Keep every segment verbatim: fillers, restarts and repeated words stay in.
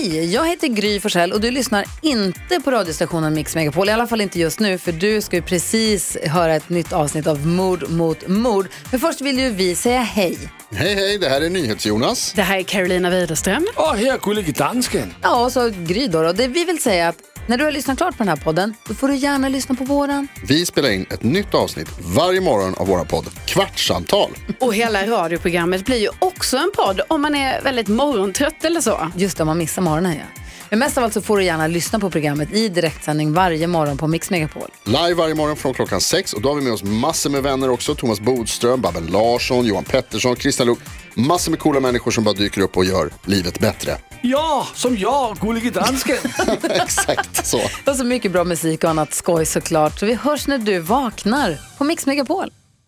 Hej, jag heter Gry Forssell och du lyssnar inte på radiostationen Mix Megapol. I alla fall inte just nu, för du ska ju precis höra ett nytt avsnitt av Mord mot mord. Men först vill ju vi säga hej. Hej, hej, det här är NyhetsJonas. Det här är Carolina Widerström. Och här är Gullige Dansken. Ja, och så Gry då. Och det vi vill säga att när du har lyssnat klart på den här podden, då får du gärna lyssna på våran. Vi spelar in ett nytt avsnitt varje morgon av våra podd Kvartsamtal. Och hela radioprogrammet blir ju också en podd om man är väldigt morgontrött eller så. Just det, om man missar morgonen, ja. Men mest av allt så får du gärna lyssna på programmet i direktsändning varje morgon på Mix Megapol. Live varje morgon från klockan sex. Och då har vi med oss massor med vänner också. Thomas Bodström, Babben Larsson, Johan Pettersson, Krista Luuk. Massor med coola människor som bara dyker upp och gör livet bättre. Ja, som jag, Gullige Dansken. Exakt så. Och så mycket bra musik och annat skoj såklart. Så vi hörs när du vaknar på Mix Megapol.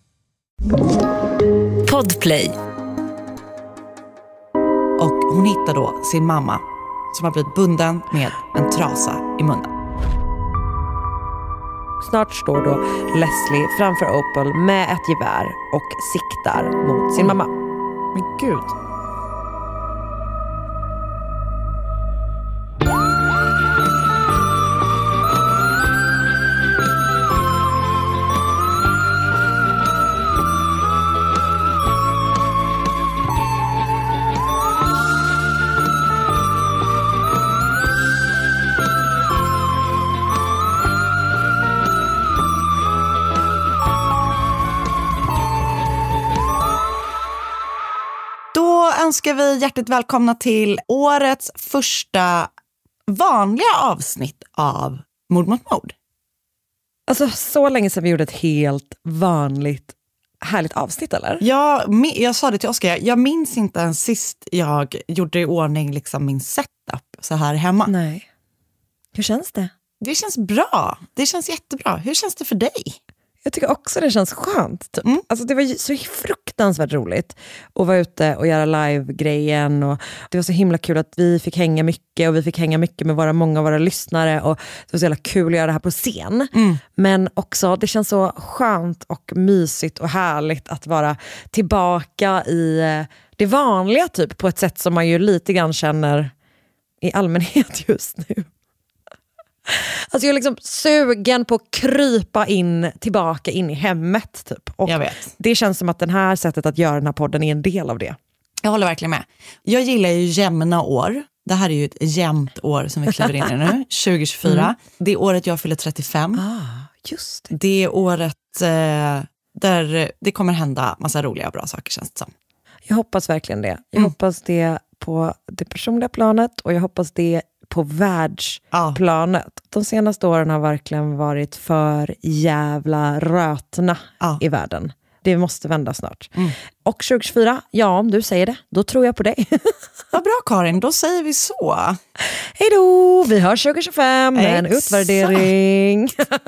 Podplay. Och hon hittar då sin mamma som har blivit bunden med en trasa i munnen. Snart står då Leslie framför Opal med ett gevär och siktar mot sin mamma. Men gud. Önskar vi hjärtligt välkomna till årets första vanliga avsnitt av Mord mot mord. Alltså så länge sedan vi gjorde ett helt vanligt härligt avsnitt, eller? Ja, jag sa det till Oskar, jag minns inte ens sist jag gjorde i ordning liksom min setup så här hemma. Nej. Hur känns det? Det känns bra, det känns jättebra. Hur känns det för dig? Jag tycker också det känns skönt. Typ. Mm. Alltså det var ju så fruktansvärt roligt att vara ute och göra live-grejen. Och det var så himla kul att vi fick hänga mycket. Och vi fick hänga mycket med våra, många av våra lyssnare. Och det var så jävla kul att göra det här på scen. Mm. Men också, det känns så skönt och mysigt och härligt att vara tillbaka i det vanliga typ. På ett sätt som man ju lite grann känner i allmänhet just nu. Alltså jag är liksom sugen på att krypa in tillbaka in i hemmet typ. Och jag vet. Det känns som att den här sättet att göra den här podden är en del av det. Jag håller verkligen med. Jag gillar ju jämna år. Det här är ju ett jämnt år som vi kliver in i nu. tjugo tjugofyra. Mm. Det är året jag fyller trettiofem. Ah, just det. Det är året eh, där det kommer hända massa roliga och bra saker, känns det som. Jag hoppas verkligen det. Jag Mm. hoppas det på det personliga planet. Och jag hoppas det på världsplanet. Ja. De senaste åren har verkligen varit för jävla rötna ja. i världen. Det måste vända snart. Mm. Och tjugo tjugofyra, ja om du säger det, då tror jag på dig. Vad bra Karin, då säger vi så. Hej då, vi har tjugo tjugofem med en utvärdering.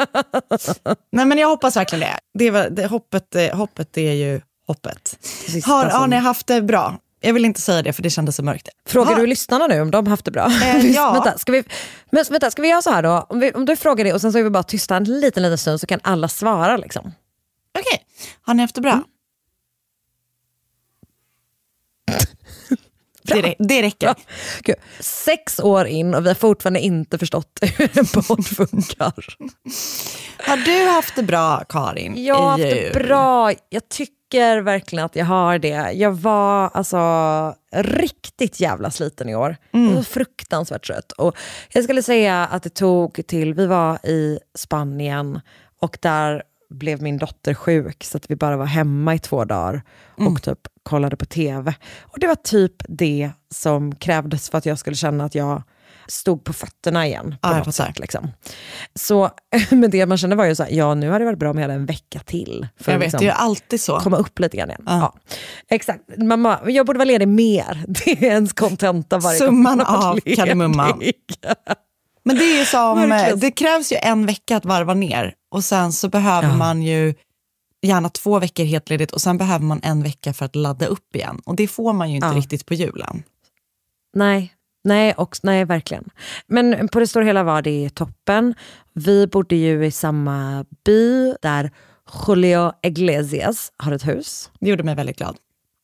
Nej men jag hoppas verkligen det. det, var, det hoppet, hoppet är ju hoppet. Har, har ni haft det bra? Jag vill inte säga det för det kändes så mörkt. Frågar ha. du lyssnarna nu om de haft det bra? Eh, ja. vänta, ska vi, men, vänta, ska vi göra så här då? Om, vi, om du frågar det och sen så är vi bara tysta en liten, liten stund så kan alla svara liksom. Okej, okay. Har ni haft det bra? Mm. bra. Det, det räcker. Gud. Sex år in och vi har fortfarande inte förstått hur en podd funkar. Har du haft det bra, Karin? Jag har haft det bra. Jag tycker verkligen att jag har det. Jag var alltså riktigt jävla sliten i år. Mm. Jag var fruktansvärt trött. Och jag skulle säga att det tog till, vi var i Spanien och där blev min dotter sjuk så att vi bara var hemma i två dagar och mm. typ kollade på tv. Och det var typ det som krävdes för att jag skulle känna att jag stod på fötterna igen på ah, något sätt liksom. Så men det man kände var ju så här, ja nu hade det varit bra om jag hade en vecka till för jag att vet, liksom det är alltid så. komma upp lite grann igen. Ah. Ja. Exakt. Mamma, jag borde vara ledig mer. Det är ens kontenta varje summan av kardemumman. Men det är ju som, verkligen. Det krävs ju en vecka att varva ner och sen så behöver ja. man ju gärna två veckor helt ledigt och sen behöver man en vecka för att ladda upp igen. Och det får man ju inte ja. riktigt på julen. Nej, nej, och, nej verkligen. Men på det stora hela var det toppen. Vi bodde ju i samma by där Julio Iglesias har ett hus. Det gjorde mig väldigt glad.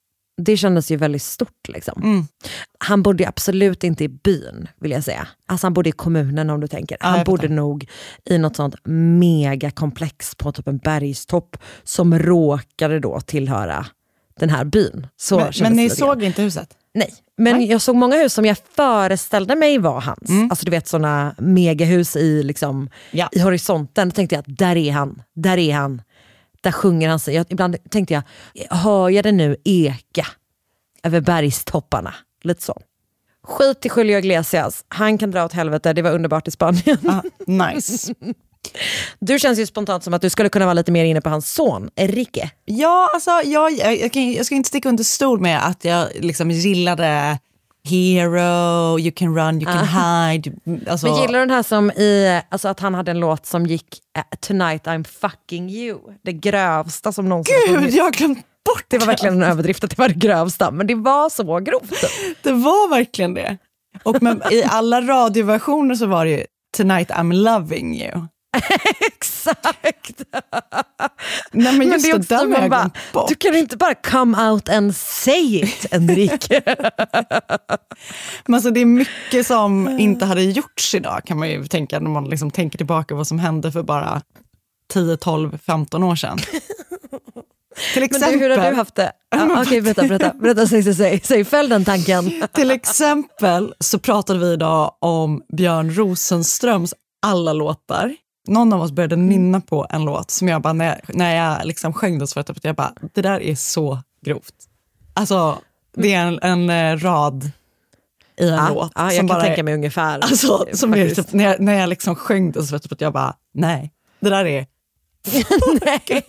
Det kändes ju väldigt stort liksom. Mm. Han bodde absolut inte i byn, vill jag säga. Alltså han bodde i kommunen, om du tänker. Han ja, bodde nog i något sånt megakomplex på typ en bergstopp som råkade då tillhöra den här byn. Så men men ni såg igen. Inte huset? Nej, men Nej. jag såg många hus som jag föreställde mig var hans. Mm. Alltså du vet såna megahus i, liksom, ja. i horisonten. Då tänkte jag att där är han, där är han. Där sjunger han sig. Jag, ibland tänkte jag, hör jag det nu eka över bergstopparna? Lite så. Skit till Julio Iglesias. Han kan dra åt helvete, det var underbart i Spanien. Ah, nice. Du känns ju spontant som att du skulle kunna vara lite mer inne på hans son, Enrique. Ja, alltså jag, jag, jag, kan, jag ska inte sticka under stol med att jag liksom gillade Hero, You Can Run, You Can ah. Hide. Alltså. Men gillar den här som i, alltså att han hade en låt som gick uh, Tonight I'm fucking you. Det grövsta som någonsin. Gud, jag har glömt bort det. var verkligen en överdrift att det var det grövsta, men det var så grovt. Det var verkligen det. Och men, i alla radioversioner så var det ju Tonight I'm loving you. Exakt. Nej, men just men det är också man bara, du kan inte bara come out and say it, Enrique. Men alltså, det är mycket som inte hade gjorts idag, kan man ju tänka, när man liksom tänker tillbaka vad som hände för bara tio, tolv, femton år sedan. Till exempel, men du, hur har du haft det? Ja, Okej, okay, berätta, berätta, berätta, säg, säg, säg, säg, fäll den tanken. Till exempel så pratade vi idag om Björn Rosenströms alla låtar. Någon av oss började nynna på en låt som jag bara, när jag, när jag liksom sjöng det så var jag bara, det där är så grovt. Alltså, det är en, en rad i en ja, låt. Ja, jag kan bara, tänka mig ungefär. Alltså, som är, typ, när, jag, när jag liksom sjöng det så var jag bara, nej, det där är nej.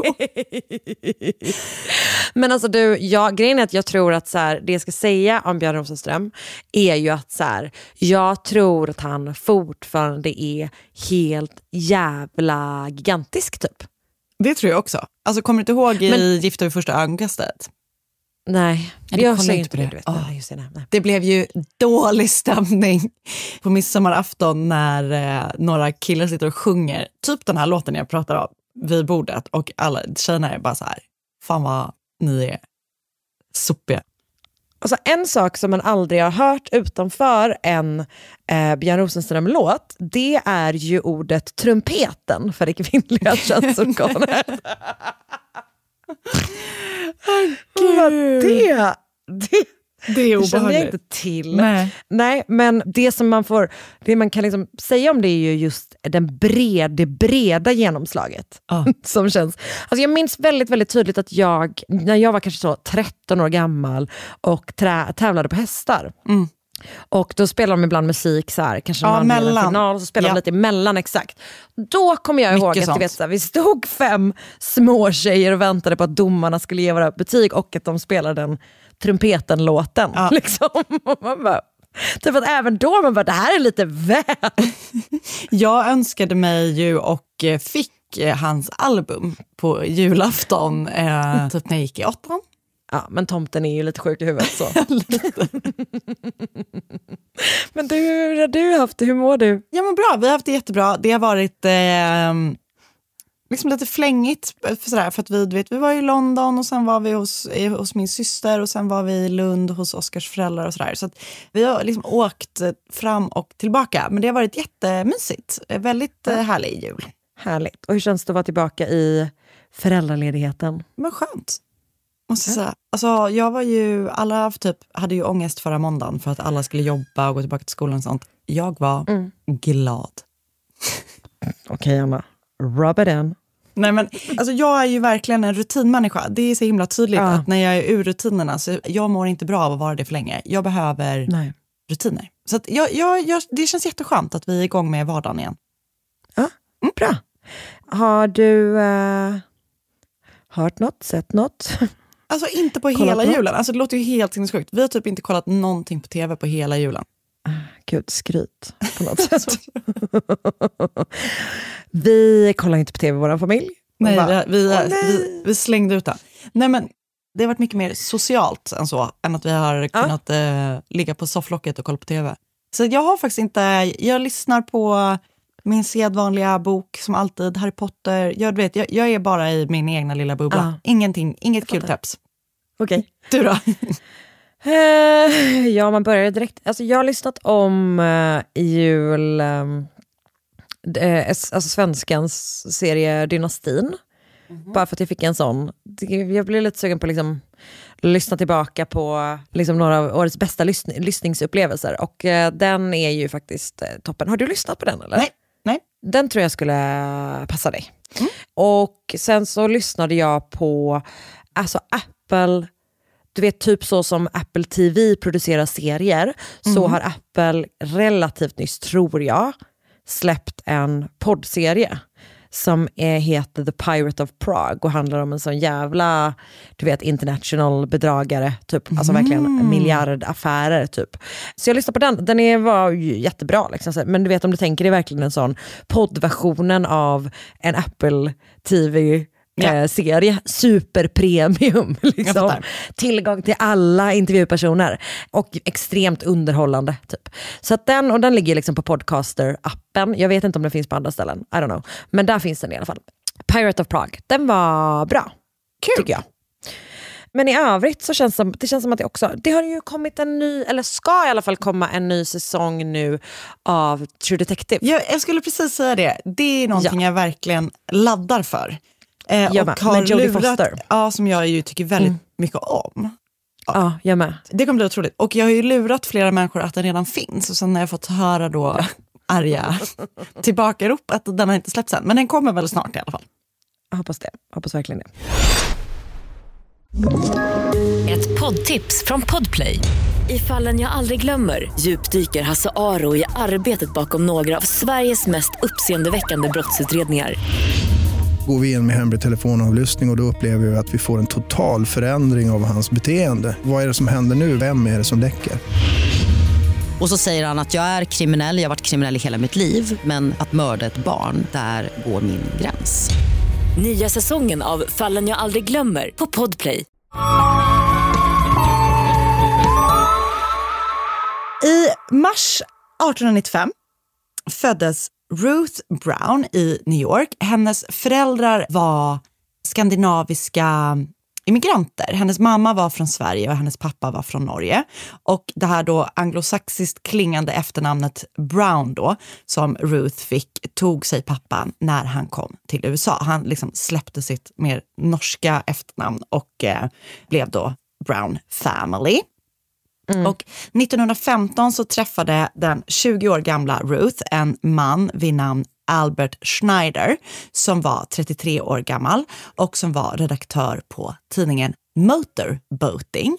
Men alltså du, jag, grejen är att jag tror att så här, det jag ska säga om Björn Rosenström är ju att så här, jag tror att han fortfarande är helt jävla gigantisk typ. Det tror jag också. Alltså kommer du inte ihåg i Men, Gifta vid första ögonkastet? Nej, jag, jag säger inte det. Det, oh. nej, det, nej. Det blev ju dålig stämning på midsommarafton när eh, några killar sitter och sjunger typ den här låten jag pratar om vid bordet, och alla tjejerna är bara så här, fan vad ni är sopiga. Alltså en sak som man aldrig har hört utanför en eh, Björn Rosenström-låt, det är ju ordet trumpeten för det kvinnliga könsorganet. Vad det? Det Det är obehagligt. Det kände jag inte till. Nej. Nej, men det som man får, det man kan liksom säga om det är ju just den breda, det breda genomslaget. Oh. Som känns. Alltså jag minns väldigt, väldigt tydligt att jag, när jag var kanske så tretton år gammal och trä, tävlade på hästar. Mm. Och då spelar de ibland musik så här, kanske ja, någon mellan. final, och så spelar ja. de lite emellan, exakt. Då kommer jag ihåg Mycket att du vet, så här, vi stod fem små tjejer och väntade på att domarna skulle ge våra betyg och att de spelade den trumpeten-låten. Ja. Liksom. Man bara, typ att även då man bara, det här är lite väl. Jag önskade mig ju och fick hans album på julafton eh, typ när jag gick i åttan. Ja, men tomten är ju lite sjuk i huvudet så. Men du, hur har du haft det? Hur mår du? Ja men bra, vi har haft det jättebra. Det har varit eh, liksom lite flängigt för, sådär, för att vi, du vet, vi var i London och sen var vi hos, hos min syster och sen var vi i Lund hos Oscars föräldrar och sådär. Så att vi har liksom åkt fram och tillbaka. Men det har varit jättemysigt. Väldigt ja. härlig jul. Härligt. Och hur känns det att vara tillbaka i föräldraledigheten? Men skönt. Måste jag säga. Alltså, jag var ju, alla typ, hade ju ångest förra måndagen för att alla skulle jobba och gå tillbaka till skolan och sånt. Jag var mm. glad. Okej, okay, Anna. Rub it in. Nej, men alltså, jag är ju verkligen en rutinmänniska. Det är så himla tydligt ja. att när jag är ur rutinerna så jag mår inte bra av att vara det för länge. Jag behöver Nej. rutiner. Så att jag, jag, jag, det känns jätteskönt att vi är igång med vardagen igen. Ja, mm. bra. Har du uh, hört något, sett något? Alltså inte på hela julen. Alltså det låter ju helt sinnessjukt. Vi har typ inte kollat någonting på tv på hela julen. Gud, skryt på något sätt. Vi kollar inte på tv i vår familj. Nej, bara, vi, vi, vi, vi slängde ut det. Nej, men det har varit mycket mer socialt än så. Än att vi har ja. kunnat uh, ligga på sofflocket och kolla på tv. Så jag har faktiskt inte... Jag lyssnar på min sedvanliga bok som alltid, Harry Potter. Jag vet, jag, jag är bara i min egna lilla bubbla. Ja. Ingenting, inget kul tips. Okej. Du då? Eh, ja, man börjar direkt. Alltså, jag har lyssnat om uh, i jul um, eh, alltså svenskans serie Dynastin. Mm-hmm. Bara för att jag fick en sån. Jag blev lite sugen på liksom lyssna tillbaka på liksom några av årets bästa lyssn- lyssningsupplevelser. Och uh, den är ju faktiskt uh, toppen. Har du lyssnat på den eller? Nej. Nej. Den tror jag skulle passa dig. Mm. Och sen så lyssnade jag på alltså Apple. Du vet, typ så som Apple T V producerar serier, mm. så har Apple relativt nyss, tror jag, släppt en poddserie som är, heter The Pirate of Prague och handlar om en sån jävla, du vet, international bedragare typ, alltså mm. verkligen miljardaffärer typ. Så jag lyssnade på den, den är, var ju jättebra liksom. Men du vet, om du tänker, det är verkligen en sån poddversionen av en Apple T V Ja. serie, superpremium liksom. Tillgång till alla intervjupersoner och extremt underhållande typ. Så att den, och den ligger liksom på Podcaster-appen. Jag vet inte om den finns på andra ställen, I don't know. Men där finns den i alla fall. Pirate of Prague, den var bra. Kul. Tycker jag. Men i övrigt så känns det, det känns som att det också, det har ju kommit en ny, eller ska i alla fall komma en ny säsong nu av True Detective. Jag, jag skulle precis säga det. Det är någonting ja. jag verkligen laddar för. Eh, jag och har med Jodie lurat, Foster. Ja, som jag ju tycker väldigt mm. mycket om. Ja, ja, jag med. Det kommer bli otroligt. Och jag har ju lurat flera människor att den redan finns. Och sen när jag fått höra då arga tillbakarop att den har inte släppts än. Men den kommer väl snart i alla fall. Jag hoppas det. Jag hoppas verkligen det. Ett poddtips från Podplay. I Fallen jag aldrig glömmer djupdyker Hasse Aro i arbetet bakom några av Sveriges mest uppseendeväckande brottsutredningar. Går vi in med hemlig telefonavlyssning och då upplever vi att vi får en total förändring av hans beteende. Vad är det som händer nu? Vem är det som läcker? Och så säger han att jag är kriminell, jag har varit kriminell i hela mitt liv. Men att mörda ett barn, där går min gräns. Nya säsongen av Fallen jag aldrig glömmer på Podplay. I mars arton nittiofem föddes Ruth Brown i New York. Hennes föräldrar var skandinaviska immigranter. Hennes mamma var från Sverige och hennes pappa var från Norge. Och det här då anglosaxiskt klingande efternamnet Brown då, som Ruth fick, tog sig pappan när han kom till U S A. Han liksom släppte sitt mer norska efternamn och eh, blev då Brown Family. Mm. Och nittonhundrafemton så träffade den tjugo år gamla Ruth en man vid namn Albert Schneider som var trettiotre år gammal och som var redaktör på tidningen Motorboating.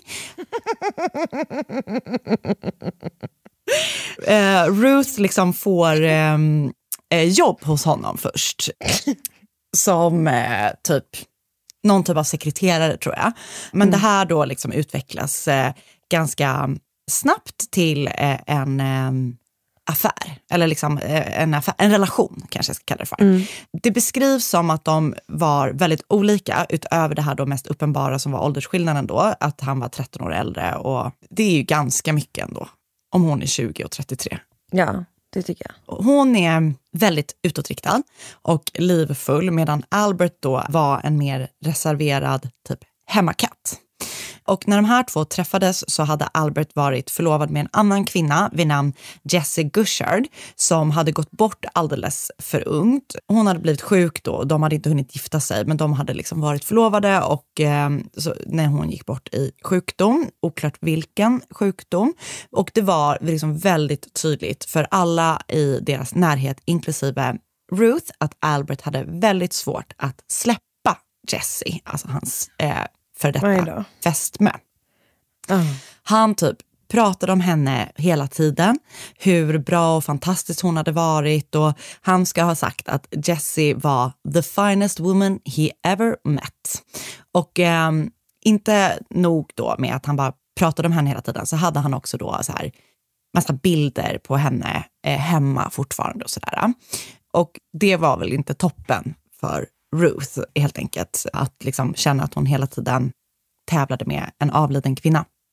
uh, Ruth liksom får um, uh, jobb hos honom först som uh, typ någon typ av sekreterare tror jag. Men mm. det här då liksom utvecklas uh, ganska snabbt till uh, en um, affär, eller liksom en, affär, en relation kanske jag ska kalla det för. Mm. Det beskrivs som att de var väldigt olika utöver det här då mest uppenbara som var åldersskillnaden då, att han var tretton år äldre och det är ju ganska mycket ändå om hon är tjugo och trettiotre. Ja, det tycker jag. Hon är väldigt utåtriktad och livfull medan Albert då var en mer reserverad typ hemmakatt. Och när de här två träffades så hade Albert varit förlovad med en annan kvinna vid namn Jessie Gushard som hade gått bort alldeles för ungt. Hon hade blivit sjuk då, de hade inte hunnit gifta sig men de hade liksom varit förlovade och eh, så när hon gick bort i sjukdom, oklart vilken sjukdom. Och det var liksom väldigt tydligt för alla i deras närhet inklusive Ruth att Albert hade väldigt svårt att släppa Jessie, alltså hans eh, för detta fästmö. Uh. Han typ pratade om henne hela tiden, hur bra och fantastiskt hon hade varit och han ska ha sagt att Jessie var the finest woman he ever met. Och eh, inte nog då med att han bara pratade om henne hela tiden så hade han också då så här massa bilder på henne eh, hemma fortfarande och sådär. Och det var väl inte toppen för Ruth helt enkelt, att liksom känna att hon hela tiden tävlade med en avliden kvinna.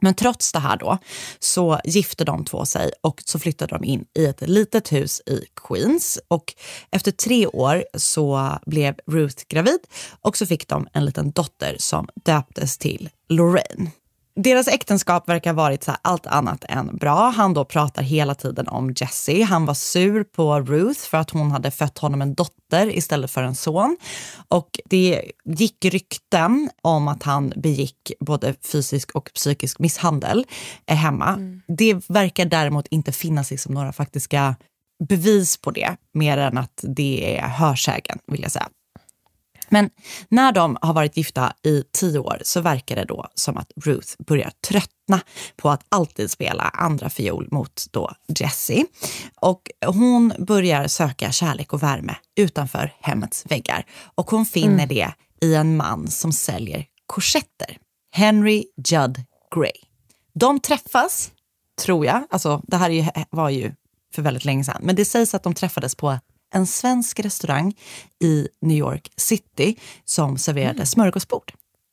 Men trots det här då så gifte de två sig och så flyttade de in i ett litet hus i Queens. Och efter tre år så blev Ruth gravid och så fick de en liten dotter som döptes till Lorraine. Deras äktenskap verkar ha varit så här allt annat än bra. Han då pratar hela tiden om Jesse. Han var sur på Ruth för att hon hade fött honom en dotter istället för en son. Och det gick rykten om att han begick både fysisk och psykisk misshandel hemma. Mm. Det verkar däremot inte finnas liksom några faktiska bevis på det. Mer än att det är hörsägen, vill jag säga. Men när de har varit gifta i tio år så verkar det då som att Ruth börjar tröttna på att alltid spela andra fiol mot då Jesse. Och hon börjar söka kärlek och värme utanför hemmets väggar. Och hon finner mm. det i en man som säljer korsetter. Henry Judd Gray. De träffas, tror jag. Alltså det här är ju, var ju för väldigt länge sedan. Men det sägs att de träffades på en svensk restaurang i New York City som serverade mm. smörgåsbord.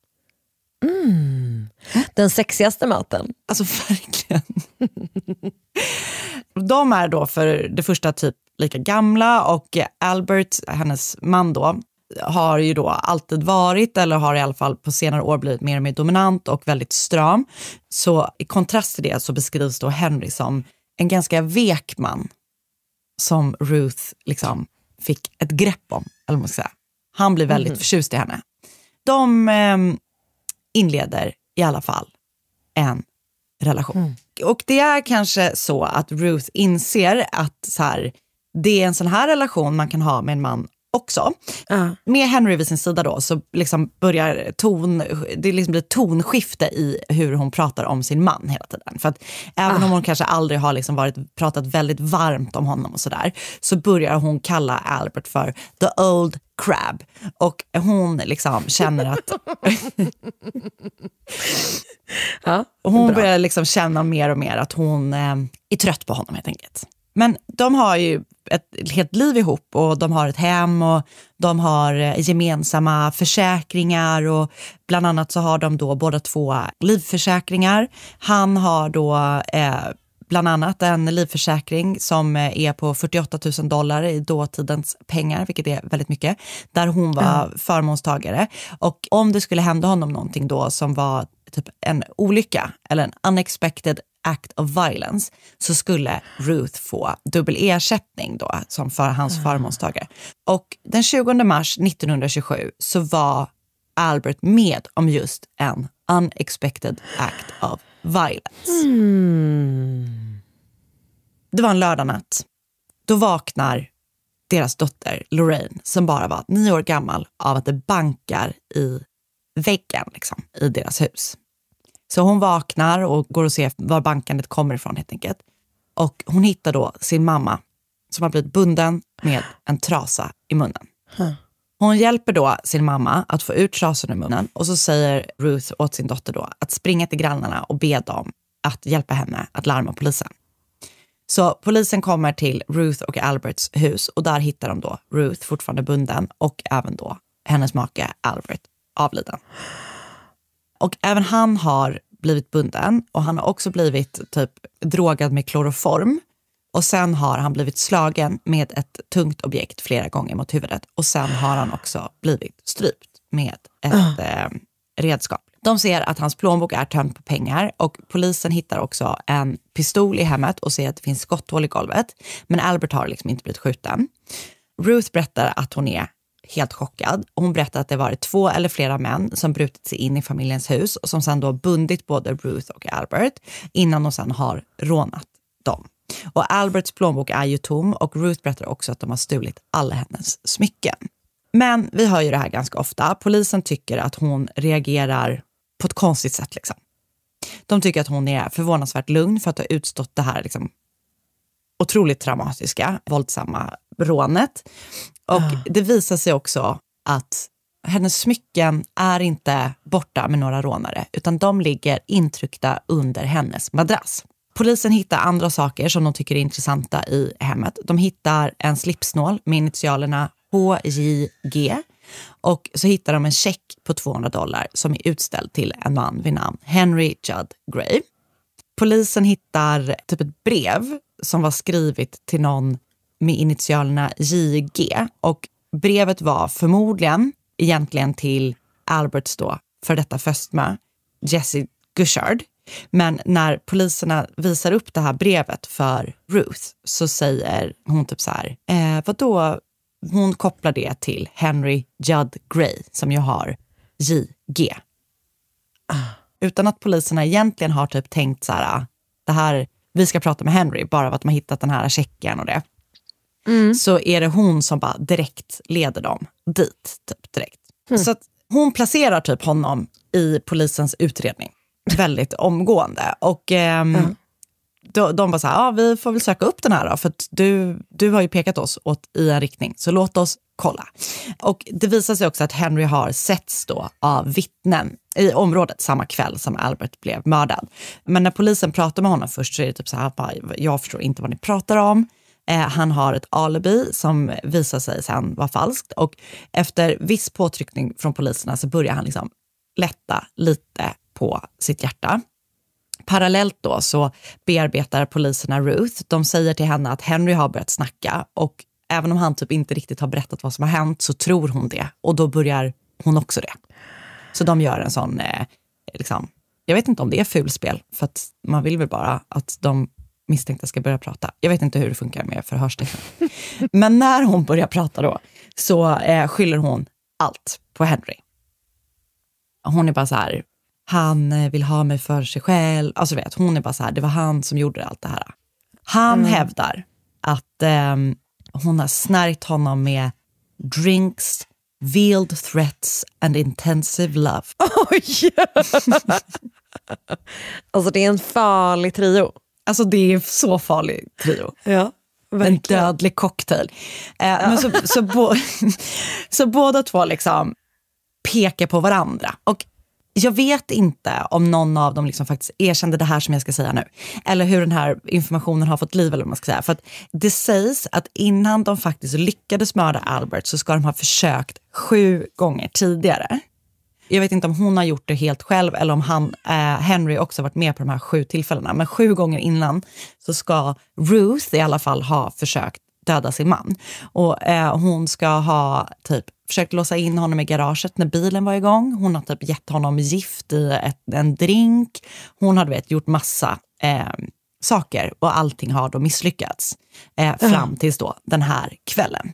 Mm. Den sexigaste maten. Alltså verkligen. De är då för det första typ lika gamla och Albert, hennes man då, har ju då alltid varit eller har i alla fall på senare år blivit mer och mer dominant och väldigt stram. Så i kontrast till det så beskrivs då Henry som en ganska vek man som Ruth liksom fick ett grepp om, eller man ska säga. Han blir väldigt mm. förtjust i henne. De eh, inleder i alla fall en relation. Mm. Och det är kanske så att Ruth inser att så här, det är en sån här relation man kan ha med en man också. Uh. Med Henry vid sin sida då så liksom börjar ton, det liksom blir tonskifte i hur hon pratar om sin man hela tiden. För att även uh. om hon kanske aldrig har liksom varit, pratat väldigt varmt om honom och sådär, så börjar hon kalla Albert för the old crab. Och hon liksom känner att ja, hon bra. börjar liksom känna mer och mer att hon eh, är trött på honom helt enkelt. Men de har ju ett helt liv ihop och de har ett hem och de har gemensamma försäkringar och bland annat så har de då båda två livförsäkringar. Han har då eh, bland annat en livförsäkring som är på fyrtioåtta tusen dollar i dåtidens pengar, vilket är väldigt mycket, där hon var mm. förmånstagare. Och om det skulle hända honom någonting då som var typ en olycka eller en unexpected act of violence, så skulle Ruth få dubbel ersättning då som för hans mm. förmånstagare. Och den tjugonde mars nittonhundratjugosju så var Albert med om just en unexpected act of violence. Mm. Det var en lördagnatt. Då vaknar deras dotter Lorraine, som bara var nio år gammal, av att det bankar i väggen liksom, i deras hus. Så hon vaknar och går och ser var bankandet kommer ifrån helt enkelt. Och hon hittar då sin mamma som har blivit bunden med en trasa i munnen. Huh. Hon hjälper då sin mamma att få ut trasan ur munnen. Och så säger Ruth åt sin dotter då att springa till grannarna och be dem att hjälpa henne att larma polisen. Så polisen kommer till Ruth och Alberts hus och där hittar de då Ruth fortfarande bunden och även då hennes make Albert avliden. Och även han har blivit bunden och han har också blivit typ drogad med kloroform. Och sen har han blivit slagen med ett tungt objekt flera gånger mot huvudet. Och sen har han också blivit strypt med ett uh. eh, redskap. De ser att hans plånbok är tömd på pengar och polisen hittar också en pistol i hemmet och ser att det finns skotthål i golvet. Men Albert har liksom inte blivit skjuten. Ruth berättar att hon är helt chockad. Hon berättar att det var två eller flera män som brutit sig in i familjens hus och som sedan då bundit både Ruth och Albert innan de sedan har rånat dem. Och Alberts plånbok är ju tom och Ruth berättar också att de har stulit alla hennes smycken. Men vi hör ju det här ganska ofta. Polisen tycker att hon reagerar på ett konstigt sätt liksom. De tycker att hon är förvånansvärt lugn för att ha utstått det här liksom otroligt traumatiska, våldsamma rånet. Och ja. Det visar sig också att hennes smycken är inte borta med några rånare utan de ligger intryckta under hennes madrass. Polisen hittar andra saker som de tycker är intressanta i hemmet. De hittar en slipsnål med initialerna H J G Och så hittar de en check på tvåhundra dollar som är utställd till en man vid namn Henry Judd Gray. Polisen hittar typ ett brev som var skrivet till någon med initialerna J G. Och brevet var förmodligen egentligen till Alberts då för detta fästmö, Jessie Gushard. Men när poliserna visar upp det här brevet för Ruth så säger hon typ så här, eh, vadå? Hon kopplar det till Henry Judd Gray som ju har J G. Ah. Utan att poliserna egentligen har typ tänkt så här, det här, vi ska prata med Henry bara av att man hittat den här checken och det. Mm. Så är det hon som bara direkt leder dem dit typ direkt. Mm. Så att hon placerar typ honom i polisens utredning väldigt omgående. Och ehm, mm. de, de bara så här, ja, vi får väl söka upp den här då, för att du, du har ju pekat oss åt i en riktning, så låt oss kolla. Och det visar sig också att Henry har setts då av vittnen i området samma kväll som Albert blev mördad. Men när polisen pratar med honom först så är det typ så här, bara, jag förstår inte vad ni pratar om. Eh, han har ett alibi som visar sig sen vara falskt, och efter viss påtryckning från poliserna så börjar han liksom lätta lite på sitt hjärta. Parallellt då så bearbetar poliserna Ruth. De säger till henne att Henry har börjat snacka, och även om han typ inte riktigt har berättat vad som har hänt så tror hon det, och då börjar hon också det. Så de gör en sån eh, liksom, jag vet inte om det är fulspel, för att man vill väl bara att de misstänkta ska börja prata. Jag vet inte hur det funkar med förhörstecken. Men när hon börjar prata då så eh, skyller hon allt på Henry. Hon är bara så här, han vill ha mig för sig själv. Alltså vet, hon är bara så här, det var han som gjorde allt det här. Han mm. hävdar att eh, hon har snärjt honom med drinks, veiled threats and intensive love. Oj! Alltså det är en farlig trio. Alltså det är så farlig trio. Ja, en dödlig cocktail. Eh, ja. Men så, så, bo, så båda två liksom pekar på varandra. Och jag vet inte om någon av dem liksom faktiskt erkände det här som jag ska säga nu. Eller hur den här informationen har fått liv, eller vad man ska säga. För att det sägs att innan de faktiskt lyckades mörda Albert så ska de ha försökt sju gånger tidigare. Jag vet inte om hon har gjort det helt själv eller om han, eh, Henry också varit med på de här sju tillfällena. Men sju gånger innan så ska Ruth i alla fall ha försökt döda sin man. Och eh, hon ska ha typ försökt låsa in honom i garaget när bilen var igång. Hon har typ gett honom gift i ett, en drink. Hon har vet, gjort massa eh, saker, och allting har då misslyckats eh, fram mm. tills då den här kvällen.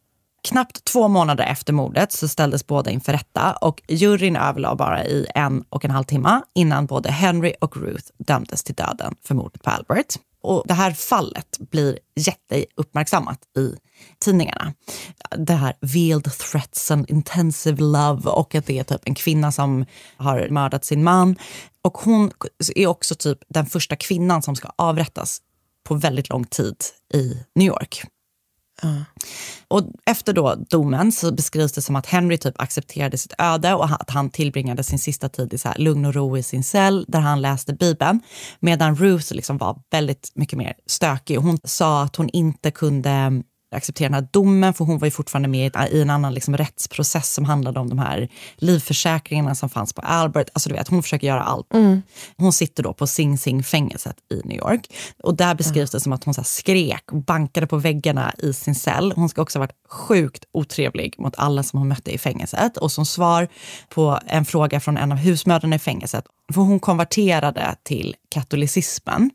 Knappt två månader efter mordet så ställdes båda inför rätta, och juryn överlade bara i en och en halv timme innan både Henry och Ruth dömdes till döden för mordet på Albert. Och det här fallet blir jätteuppmärksammat i tidningarna. Det här veiled threats and intensive love, och att det är typ en kvinna som har mördat sin man. Och hon är också typ den första kvinnan som ska avrättas på väldigt lång tid i New York. Uh. Och efter då domen så beskrivs det som att Henry typ accepterade sitt öde, och att han tillbringade sin sista tid i så här lugn och ro i sin cell där han läste Bibeln, medan Ruth liksom var väldigt mycket mer stökig. Och hon sa att hon inte kunde acceptera den här domen, för hon var ju fortfarande med i en annan liksom rättsprocess som handlade om de här livförsäkringarna som fanns på Albert. Alltså du vet, hon försöker göra allt. Mm. Hon sitter då på Sing Sing-fängelset i New York, och där beskrivs det som att hon så här skrek och bankade på väggarna i sin cell. Hon ska också ha varit sjukt otrevlig mot alla som hon mötte i fängelset. Och som svar på en fråga från en av husmödrarna i fängelset, för hon konverterade till katolicismen.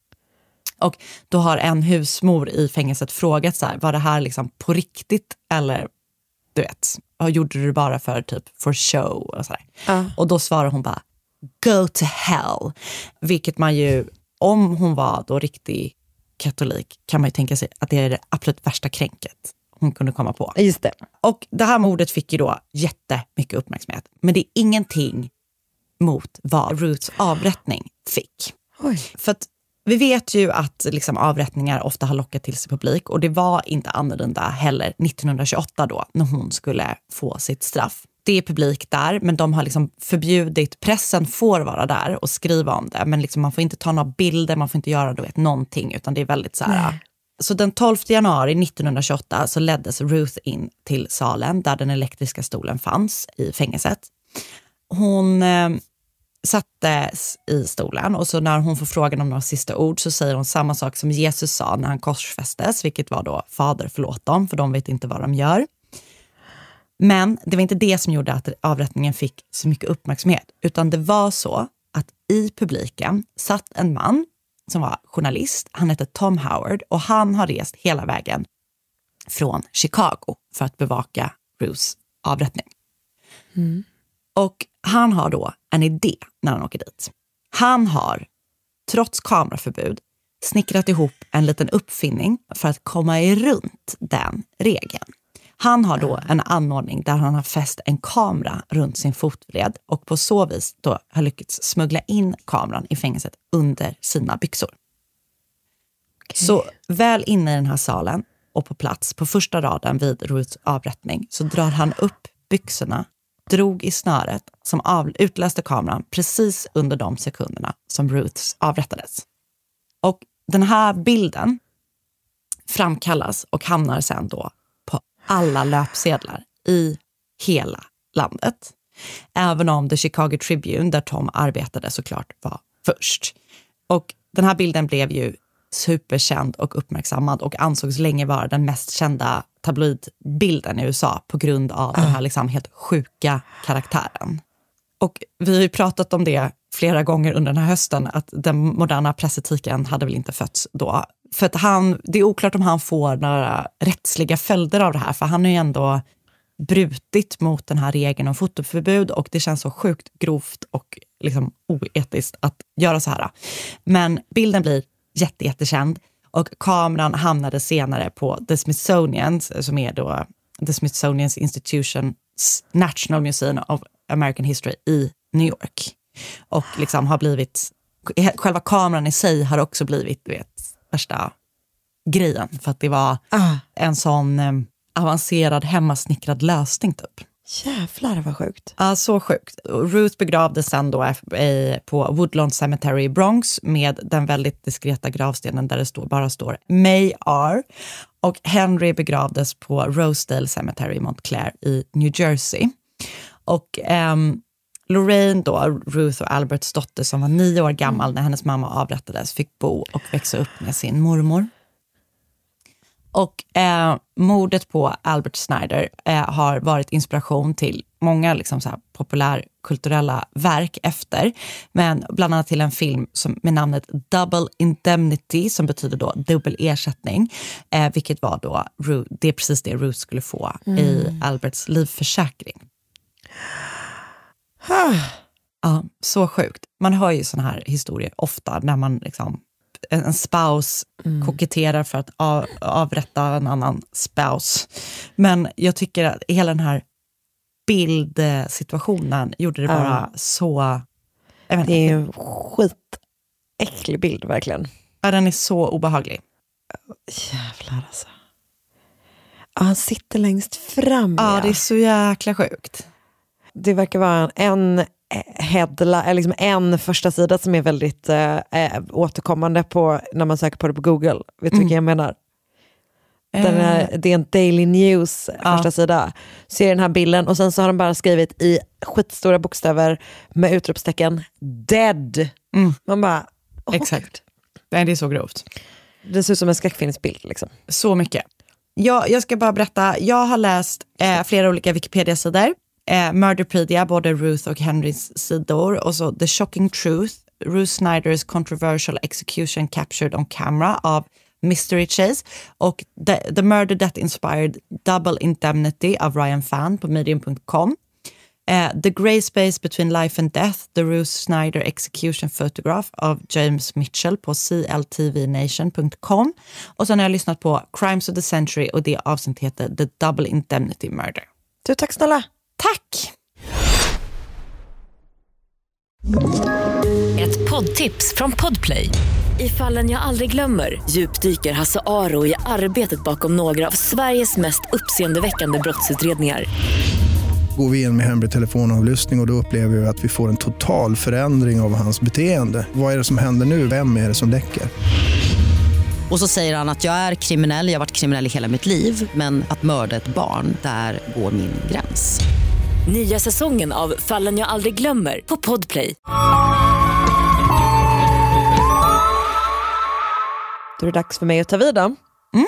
Och då har en husmor i fängelset frågat så här, var det här liksom på riktigt, eller du vet, gjorde du det bara för typ for show och så där. Uh. Och då svarar hon bara, go to hell. Vilket man ju, om hon var då riktig katolik, kan man ju tänka sig att det är det absolut värsta kränket hon kunde komma på. Just det. Och det här mordet fick ju då jättemycket uppmärksamhet. Men det är ingenting mot vad Ruths avrättning fick. Oj. För att vi vet ju att liksom avrättningar ofta har lockat till sig publik, och det var inte annorlunda heller nittonhundratjugoåtta då när hon skulle få sitt straff. Det är publik där, men de har liksom förbjudit, pressen får vara där och skriva om det, men liksom man får inte ta några bilder, man får inte göra du vet, någonting, utan det är väldigt så här, Så den tolfte januari nittonhundratjugoåtta så leddes Ruth in till salen där den elektriska stolen fanns i fängelset. Hon eh, sattes i stolen och så när hon får frågan om några sista ord så säger hon samma sak som Jesus sa när han korsfästes, vilket var då: Fader, förlåt dem, för de vet inte vad de gör. Men det var inte det som gjorde att avrättningen fick så mycket uppmärksamhet, utan det var så att i publiken satt en man som var journalist. Han hette Tom Howard och han har rest hela vägen från Chicago för att bevaka Ruths avrättning. Mm. Och han har då en idé när han åker dit. Han har, trots kameraförbud, snickrat ihop en liten uppfinning för att komma runt den regeln. Han har då en anordning där han har fäst en kamera runt sin fotled och på så vis då har lyckats smuggla in kameran i fängelset under sina byxor. Okay. Så väl inne i den här salen och på plats på första raden vid Ruths avrättning så drar han upp byxorna, drog i snöret som av, utlöste kameran precis under de sekunderna som Ruths avrättades. Och den här bilden framkallas och hamnar sen då på alla löpsedlar i hela landet. Även om The Chicago Tribune, där Tom arbetade, såklart var först. Och den här bilden blev ju superkänd och uppmärksammad och ansågs länge vara den mest kända tabloidbilden i U S A på grund av den här liksom helt sjuka karaktären. Och vi har ju pratat om det flera gånger under den här hösten, att den moderna pressetiken hade väl inte fötts då. För att han, det är oklart om han får några rättsliga följder av det här, för han har ju ändå brutit mot den här regeln om fotoförbud och det känns så sjukt grovt och liksom oetiskt att göra så här. Men bilden blir jätte, jättekänd och kameran hamnade senare på The Smithsonian, som är då The Smithsonian Institution's National Museum of American History i New York. Och liksom har blivit, själva kameran i sig har också blivit, du vet, värsta grejen. För att det var ah. en sån eh, avancerad hemmasnickrad lösning typ. Jävlar vad sjukt. Ja, så sjukt. Ruth begravdes sen då eh, på Woodlawn Cemetery i Bronx med den väldigt diskreta gravstenen där det står, bara står May R. Och Henry begravdes på Rosedale Cemetery i Montclair i New Jersey. Och ehm, Lorraine då, Ruth och Alberts dotter som var nio år gammal när hennes mamma avrättades, fick bo och växa upp med sin mormor. Och eh, mordet på Albert Snyder eh, har varit inspiration till många liksom, så här, populärkulturella verk efter. Men bland annat till en film som, med namnet Double Indemnity, som betyder då dubbel ersättning. Eh, vilket var då, det är precis det Ruth skulle få mm. i Alberts livförsäkring. Ja, så sjukt. Man hör ju såna här historier ofta när man liksom, en spouse mm. koketterar för att av, avrätta en annan spouse. Men jag tycker att hela den här bildsituationen gjorde det bara mm. så... Jag vet det är en skitäcklig bild verkligen. Ja, den är så obehaglig. Jävlar alltså. Ja, han sitter längst fram. Ja, ja, det är så jäkla sjukt. Det verkar vara en headla, eller liksom en första sida som är väldigt äh, återkommande på när man söker på det på Google. Vet du mm. vilken jag menar? Den här, det är en Daily News ja. första sida. Ser den här bilden och sen så har de bara skrivit i skitstora bokstäver med utropstecken Dead. Mm. Man bara... Oh, exakt. Nej, det är så grovt. Det ser ut som en skräckfilmsbild liksom. Så mycket. Jag, jag ska bara berätta. Jag har läst eh, flera olika Wikipedia-sidor. Eh, Murderpedia, både Ruth och Henrys sidor. Och så The Shocking Truth, Ruth Snyder's Controversial Execution Captured on Camera av Mystery Chase. Och The, the Murder That Inspired Double Indemnity av Ryan Phan på medium punkt com. Eh, The Grey Space Between Life and Death, The Ruth Snyder Execution Photograph av James Mitchell på c l t v nation punkt com. Och sen har jag lyssnat på Crimes of the Century och det avsnitt heter The Double Indemnity Murder. Du, tack snälla. Tack! Ett poddtips från Podplay. I Fallen jag aldrig glömmer djupdyker Hasse Aro i arbetet bakom några av Sveriges mest uppseendeväckande brottsutredningar. Går vi in med hemlig telefonavlyssning och då upplever vi att vi får en total förändring av hans beteende. Vad är det som händer nu? Vem är det som läcker? Och så säger han att jag är kriminell, jag har varit kriminell i hela mitt liv. Men att mörda ett barn, där går min gräns. Nya säsongen av Fallen jag aldrig glömmer på Podplay. Då är det dags för mig att ta vid då. Mm.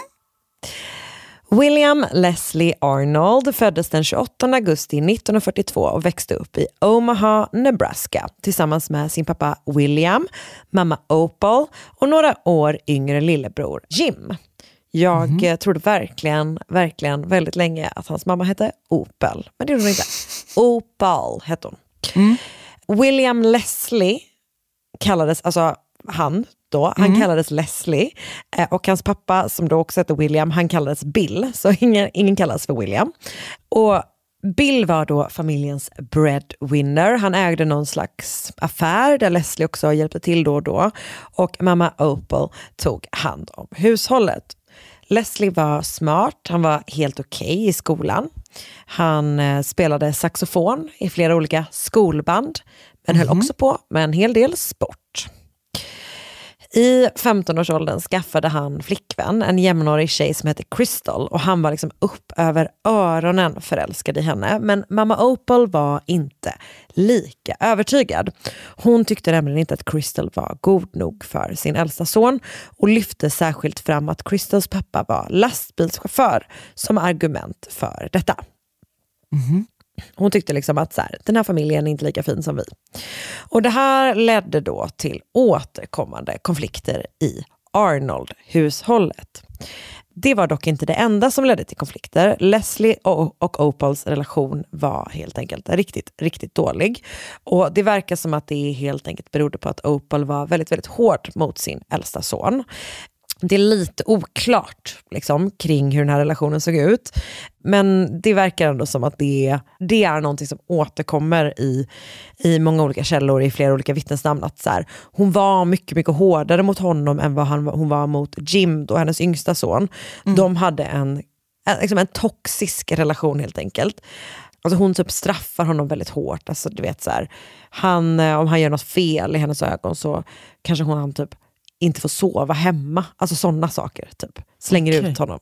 William Leslie Arnold föddes den tjugoåttonde augusti nittonhundrafyrtiotvå och växte upp i Omaha, Nebraska tillsammans med sin pappa William, mamma Opal och några år yngre lillebror Jim. Jag mm. trodde verkligen, verkligen väldigt länge att hans mamma hette Opal, men det gjorde hon inte. Opal hette hon. Mm. William Leslie kallades, alltså han då, han mm. kallades Leslie och hans pappa som då också hette William, han kallades Bill, så ingen, ingen kallas för William. Och Bill var då familjens breadwinner. Han ägde någon slags affär där Leslie också hjälpte till då och då, och mamma Opal tog hand om hushållet. Leslie var smart, han var helt okej okay i skolan. Han eh, spelade saxofon i flera olika skolband, men mm. höll också på med en hel del sport. I femtonårsåldern skaffade han flickvän, en jämnårig tjej som hette Crystal, och han var liksom upp över öronen förälskad i henne. Men mamma Opal var inte lika övertygad. Hon tyckte nämligen inte att Crystal var god nog för sin äldsta son och lyfte särskilt fram att Crystals pappa var lastbilschaufför som argument för detta. Mhm. Hon tyckte liksom att så här, den här familjen är inte lika fin som vi. Och det här ledde då till återkommande konflikter i Arnold-hushållet. Det var dock inte det enda som ledde till konflikter. Leslie och, och Opals relation var helt enkelt riktigt, riktigt dålig. Och det verkar som att det helt enkelt berodde på att Opal var väldigt, väldigt hård mot sin äldsta son. Det är lite oklart liksom, kring hur den här relationen såg ut. Men det verkar ändå som att det, det är någonting som återkommer i, i många olika källor, i flera olika vittnesnamn. Att så här, hon var mycket, mycket hårdare mot honom än vad han, hon var mot Jim, då hennes yngsta son. Mm. De hade en, en, liksom en toxisk relation helt enkelt. Alltså hon typ straffar honom väldigt hårt. Alltså, du vet, så här, han, om han gör något fel i hennes ögon så kanske hon han typ inte får sova hemma. Alltså sådana saker. Typ. Slänger okay. ut honom.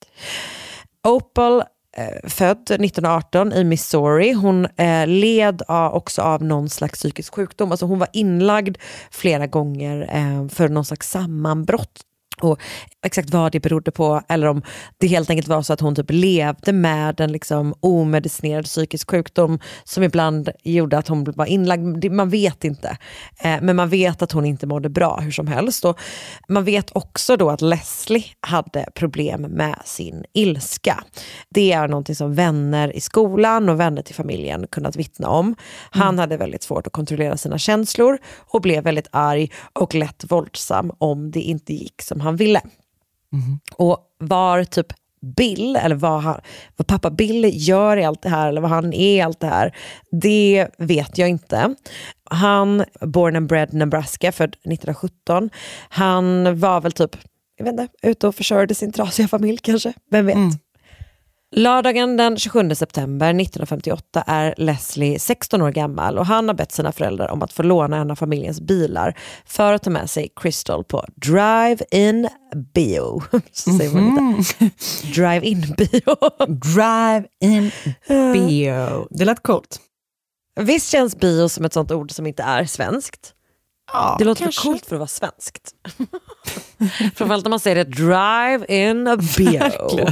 Opal, eh, född nittonhundraarton i Missouri. Hon eh, led av, också av någon slags psykisk sjukdom. Alltså hon var inlagd flera gånger eh, för någon slags sammanbrott. Och exakt vad det berodde på, eller om det helt enkelt var så att hon typ levde med en liksom omedicinerad psykisk sjukdom som ibland gjorde att hon var inlagd, man vet inte. Eh, men man vet att hon inte mådde bra hur som helst. Och man vet också då att Leslie hade problem med sin ilska. Det är någonting som vänner i skolan och vänner till familjen kunnat vittna om. Han mm. hade väldigt svårt att kontrollera sina känslor och blev väldigt arg och lätt våldsam om det inte gick som han ville. Mm. Och var typ Bill, eller vad, han, vad pappa Bill gör i allt det här, eller vad han är i allt det här, det vet jag inte. Han, born and bred Nebraska, född nittonhundrasjutton. Han var väl typ, jag vet inte, ute och försörjde sin trasiga familj kanske, vem vet. Mm. Lördagen den tjugosjunde september nittonhundrafemtioåtta är Leslie sexton år gammal och han har bett sina föräldrar om att få låna en av familjens bilar för att ta med sig Crystal på Drive-In Bio. Så säger man lite. Drive-In Bio. Drive-In Bio. Det lät coolt. Visst känns bio som ett sånt ord som inte är svenskt? Ja, det låter kanske för coolt för att vara svenskt. Framförallt när man säger det, Drive-In Bio.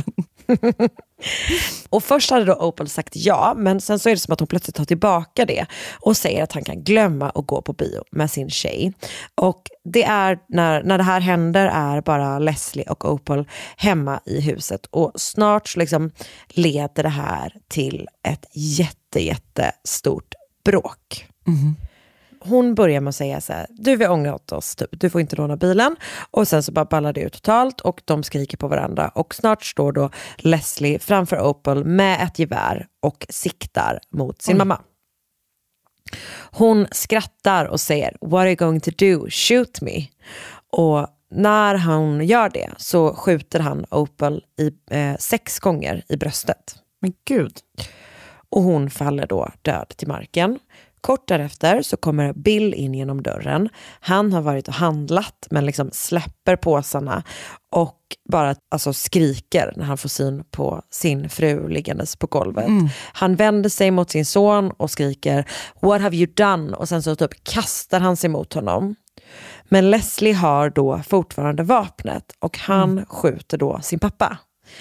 Och först hade då Opal sagt ja, men sen så är det som att hon plötsligt tar tillbaka det och säger att han kan glömma att gå på bio med sin tjej. Och det är när, när det här händer är bara Leslie och Opal hemma i huset, och snart så liksom leder det här till ett jätte, jättestort bråk. Mm. Hon börjar med att säga så här: du, vi har ångrat oss, typ. Du får inte låna bilen. Och sen så bara ballar det ut totalt och de skriker på varandra. Och snart står då Leslie framför Opal med ett gevär och siktar mot sin mm. mamma. Hon skrattar och säger: what are you going to do? Shoot me. Och när han gör det så skjuter han Opal i, eh, sex gånger i bröstet. Men gud. Och hon faller då död till marken. Kort därefter så kommer Bill in genom dörren. Han har varit och handlat men liksom släpper påsarna och bara alltså, skriker när han får syn på sin fru liggandes på golvet. Mm. Han vänder sig mot sin son och skriker "What have you done?" och sen så typ kastar han sig mot honom. Men Leslie har då fortfarande vapnet och han mm. skjuter då sin pappa.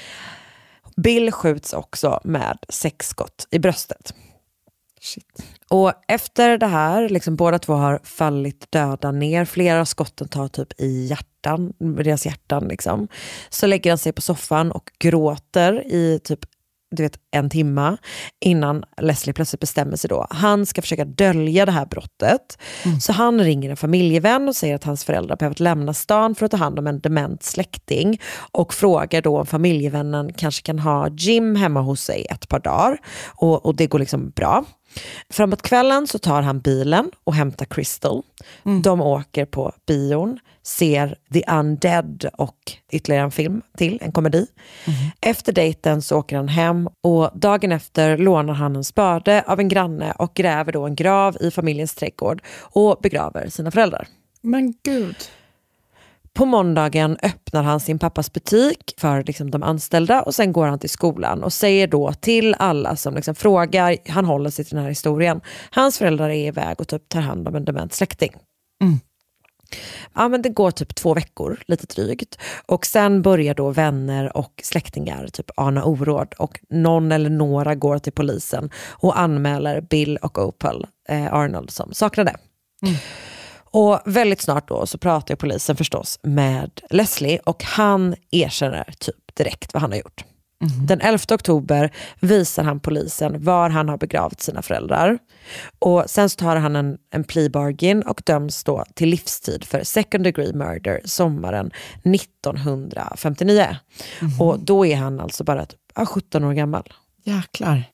Bill skjuts också med sex skott i bröstet. Shit. Och efter det här, liksom båda två har fallit döda ner. Flera av skotten tar typ i hjärtan, deras hjärtan liksom. Så lägger han sig på soffan och gråter i typ du vet, en timma innan Leslie plötsligt bestämmer sig då. Han ska försöka dölja det här brottet. Mm. Så han ringer en familjevän och säger att hans föräldrar behöver lämna stan för att ta hand om en dement släkting. Och frågar då om familjevännen kanske kan ha Jim hemma hos sig ett par dagar. Och, och det går liksom bra. Framåt kvällen så tar han bilen och hämtar Crystal. Mm. De åker på bion, ser The Undead och ytterligare en film till, en komedi. Mm. Efter dejten så åker han hem och dagen efter lånar han en spade av en granne och gräver då en grav i familjens trädgård och begraver sina föräldrar. Men gud. På måndagen öppnar han sin pappas butik för liksom de anställda och sen går han till skolan och säger då till alla som liksom frågar, han håller sig till den här historien. Hans föräldrar är iväg och typ tar hand om en dement släkting. Mm. Ja, men det går typ två veckor, lite drygt. Och sen börjar då vänner och släktingar typ ana oråd. Och någon eller några går till polisen och anmäler Bill och Opal eh, Arnold som saknade. Mm. Och väldigt snart då så pratar polisen förstås med Leslie och han erkänner typ direkt vad han har gjort. Mm. Den elfte oktober visar han polisen var han har begravt sina föräldrar. Och sen så tar han en, en plea bargain och döms då till livstid för second degree murder sommaren nittonhundrafemtionio. Mm. Och då är han alltså bara typ, sjutton år gammal. Jäklar.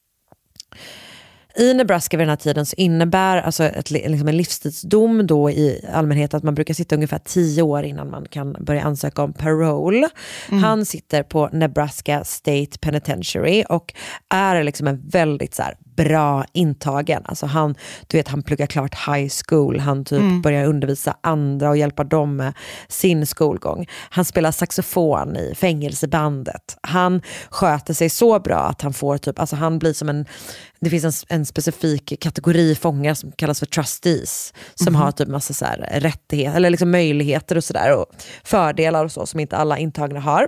I Nebraska vid den här tiden så innebär alltså ett, liksom en livstidsdom då i allmänhet att man brukar sitta ungefär tio år innan man kan börja ansöka om parole. Mm. Han sitter på Nebraska State Penitentiary och är liksom en väldigt så här bra intagen. Alltså han, du vet, han pluggar klart high school. Han typ mm. börjar undervisa andra och hjälpa dem med sin skolgång. Han spelar saxofon i fängelsebandet. Han sköter sig så bra att han får typ, alltså han blir som en, det finns en, en specifik kategori fångar som kallas för trustees. Som mm. har typ massa så här rättigheter, eller liksom möjligheter och sådär och fördelar och så som inte alla intagna har.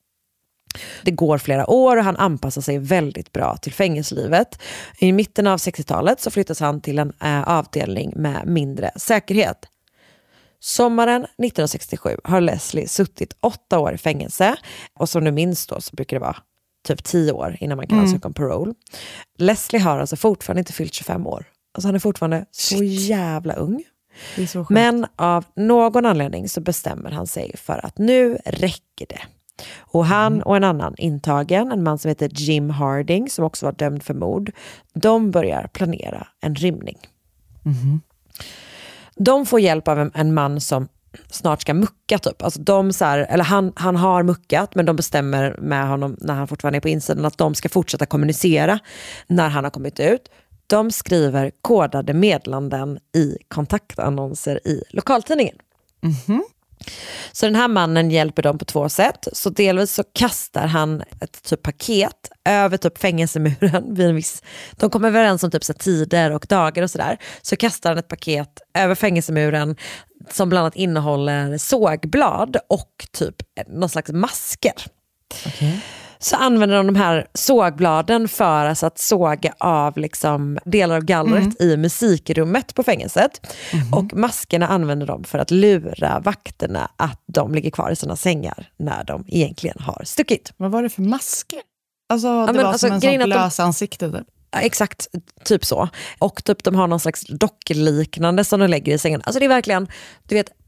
Det går flera år och han anpassar sig väldigt bra till fängelselivet. I mitten av sextiotalet så flyttas han till en äh, avdelning med mindre säkerhet. Sommaren nittonhundrasextiosju har Leslie suttit åtta år i fängelse. Och som du minns då så brukar det vara typ tio år innan man kan mm. ansöka om parole. Leslie har alltså fortfarande inte fyllt tjugofem år. Alltså han är fortfarande Shit. så jävla ung. Det är så sjukt. Men av någon anledning så bestämmer han sig för att nu räcker det. Och han och en annan intagen, en man som heter Jim Harding som också var dömd för mord, de börjar planera en rymning. Mm. De får hjälp av en, en man som snart ska mucka typ. Alltså de så här, eller han, han har muckat men de bestämmer med honom när han fortfarande är på insidan att de ska fortsätta kommunicera när han har kommit ut. De skriver kodade meddelanden i kontaktannonser i lokaltidningen. Mhm. Så den här mannen hjälper dem på två sätt. Så delvis så kastar han ett typ paket över typ fängelsemuren vid en viss, de kommer överens om typ så tider och dagar och sådär. Så kastar han ett paket över fängelsemuren som bland annat innehåller sågblad och typ någon slags masker. Okay. Så använder de de här sågbladen för alltså att såga av liksom delar av gallret mm. i musikrummet på fängelset. Mm. Och maskerna använder de för att lura vakterna att de ligger kvar i sina sängar när de egentligen har stuckit. Vad var det för masker? Alltså det ja, men, var alltså, som en sån lös ansikte typ. Ja, exakt, typ så. Och typ de har någon slags dockliknande som de lägger i sängen. Alltså det är verkligen, du vet,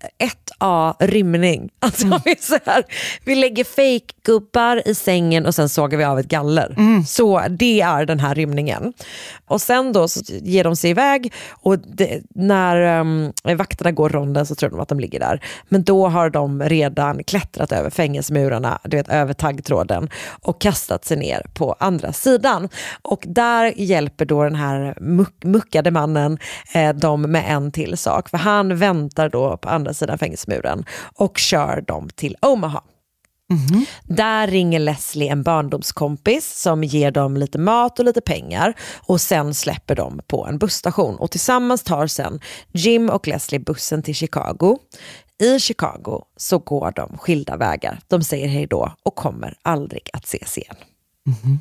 ett A-rymning. Alltså mm. vi, så här, vi lägger fake-gubbar i sängen och sen sågar vi av ett galler. Mm. Så det är den här rymningen. Och sen då så ger de sig iväg och det, när um, vakterna går ronden så tror de att de ligger där. Men då har de redan klättrat över fängelsemurarna, du vet, över taggtråden och kastat sig ner på andra sidan. Och där hjälper då den här muck- muckade mannen eh, dem med en till sak. För han väntar då på andra sidan fängelsemuren och kör dem till Omaha. Mm-hmm. Där ringer Leslie en barndomskompis som ger dem lite mat och lite pengar och sen släpper de på en busstation och tillsammans tar sen Jim och Leslie bussen till Chicago. I Chicago så går de skilda vägar. De säger hej då och kommer aldrig att ses igen. Mm-hmm.